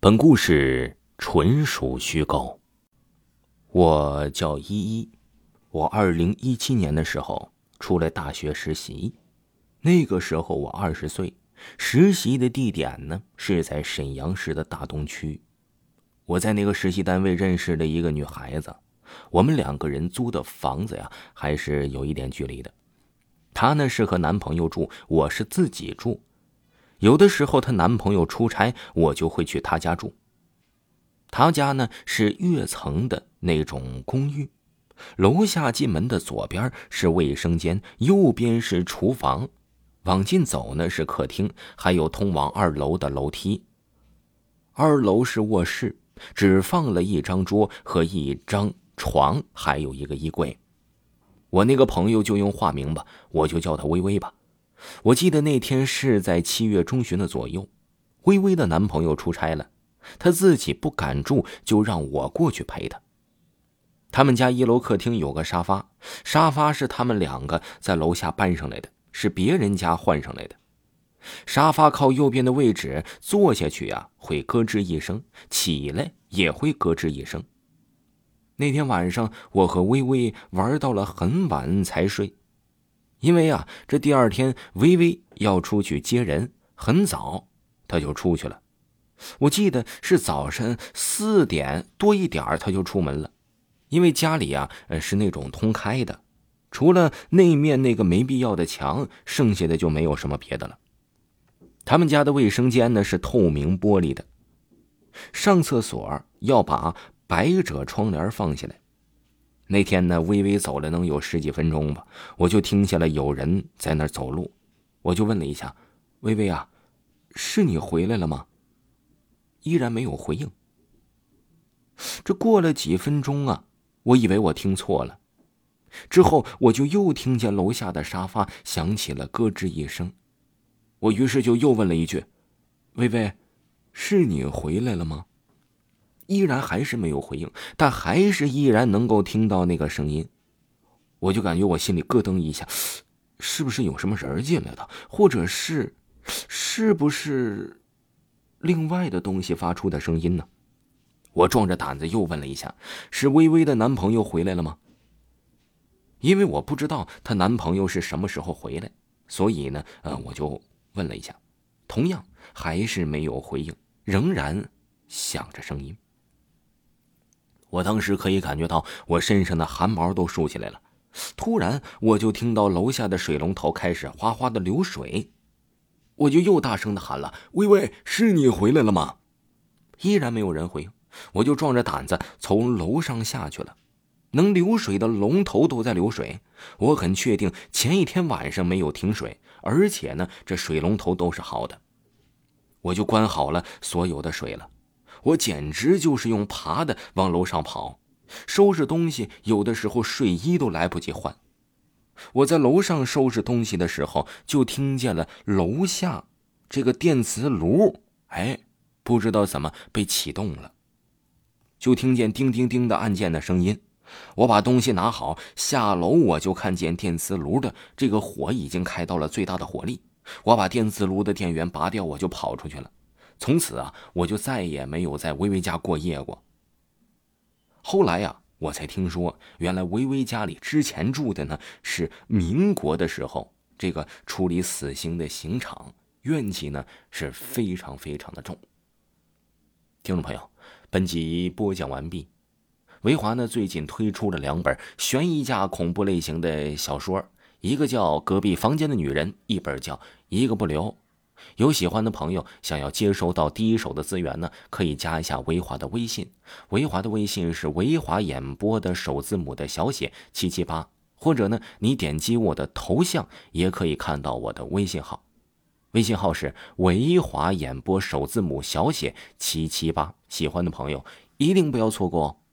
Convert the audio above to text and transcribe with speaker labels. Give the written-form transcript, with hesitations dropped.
Speaker 1: 本故事纯属虚构。我叫依依，我2017年的时候出来大学实习，那个时候我20岁，实习的地点呢是在沈阳市的大东区。我在那个实习单位认识了一个女孩子，我们2个人租的房子呀还是有一点距离的。她呢是和男朋友住，我是自己住。有的时候她男朋友出差，我就会去她家住。她家呢是跃层的那种公寓，楼下进门的左边是卫生间，右边是厨房，往进走呢是客厅，还有通往2楼的楼梯。2楼是卧室，只放了一张桌和一张床，还有一个衣柜。我那个朋友就用化名吧，我就叫她微微吧。我记得那天是在7月中旬的左右，微微的男朋友出差了，她自己不敢住，就让我过去陪她。他们家1楼客厅有个沙发，沙发是他们2个在楼下搬上来的，是别人家换上来的。沙发靠右边的位置，坐下去呀会咯吱一声，起来也会咯吱一声。那天晚上我和微微玩到了很晚才睡，因为这第2天微微要出去接人，很早她就出去了。我记得是早晨4点多一点她就出门了，因为家里是那种通开的，除了那面那个没必要的墙，剩下的就没有什么别的了。他们家的卫生间呢是透明玻璃的，上厕所要把百褶窗帘放下来。那天呢微微走了能有10几分钟吧，我就听见了有人在那儿走路，我就问了一下，微微是你回来了吗？依然没有回应。这过了几分钟我以为我听错了，之后我就又听见楼下的沙发响起了咯吱一声。我于是就又问了一句，微微，是你回来了吗？依然还是没有回应，但还是依然能够听到那个声音。我就感觉我心里咯噔一下，是不是有什么人进来的，或者是不是另外的东西发出的声音呢？我壮着胆子又问了一下，是微微的男朋友回来了吗？因为我不知道她男朋友是什么时候回来，所以呢我就问了一下，同样还是没有回应，仍然响着声音。我当时可以感觉到我身上的汗毛都竖起来了，突然我就听到楼下的水龙头开始哗哗的流水，我就又大声的喊了，微微，是你回来了吗？依然没有人回应，我就壮着胆子从楼上下去了。能流水的龙头都在流水，我很确定前一天晚上没有停水，而且呢这水龙头都是好的。我就关好了所有的水了，我简直就是用爬的往楼上跑，收拾东西有的时候睡衣都来不及换。我在楼上收拾东西的时候，就听见了楼下这个电磁炉不知道怎么被启动了，就听见叮叮叮的按键的声音。我把东西拿好下楼，我就看见电磁炉的这个火已经开到了最大的火力，我把电磁炉的电源拔掉，我就跑出去了。从此我就再也没有在微微家过夜过。后来我才听说，原来微微家里之前住的呢是民国的时候这个处理死刑的刑场，怨气呢是非常非常的重。听众朋友，本集播讲完毕。维华呢最近推出了2本悬疑加恐怖类型的小说，一个叫《隔壁房间的女人》，一本叫《一个不留》。有喜欢的朋友想要接收到第一手的资源呢，可以加一下维华的微信。维华的微信是维华演播的首字母的小写778，或者呢你点击我的头像也可以看到我的微信号。微信号是维华演播首字母小写778，喜欢的朋友一定不要错过哦。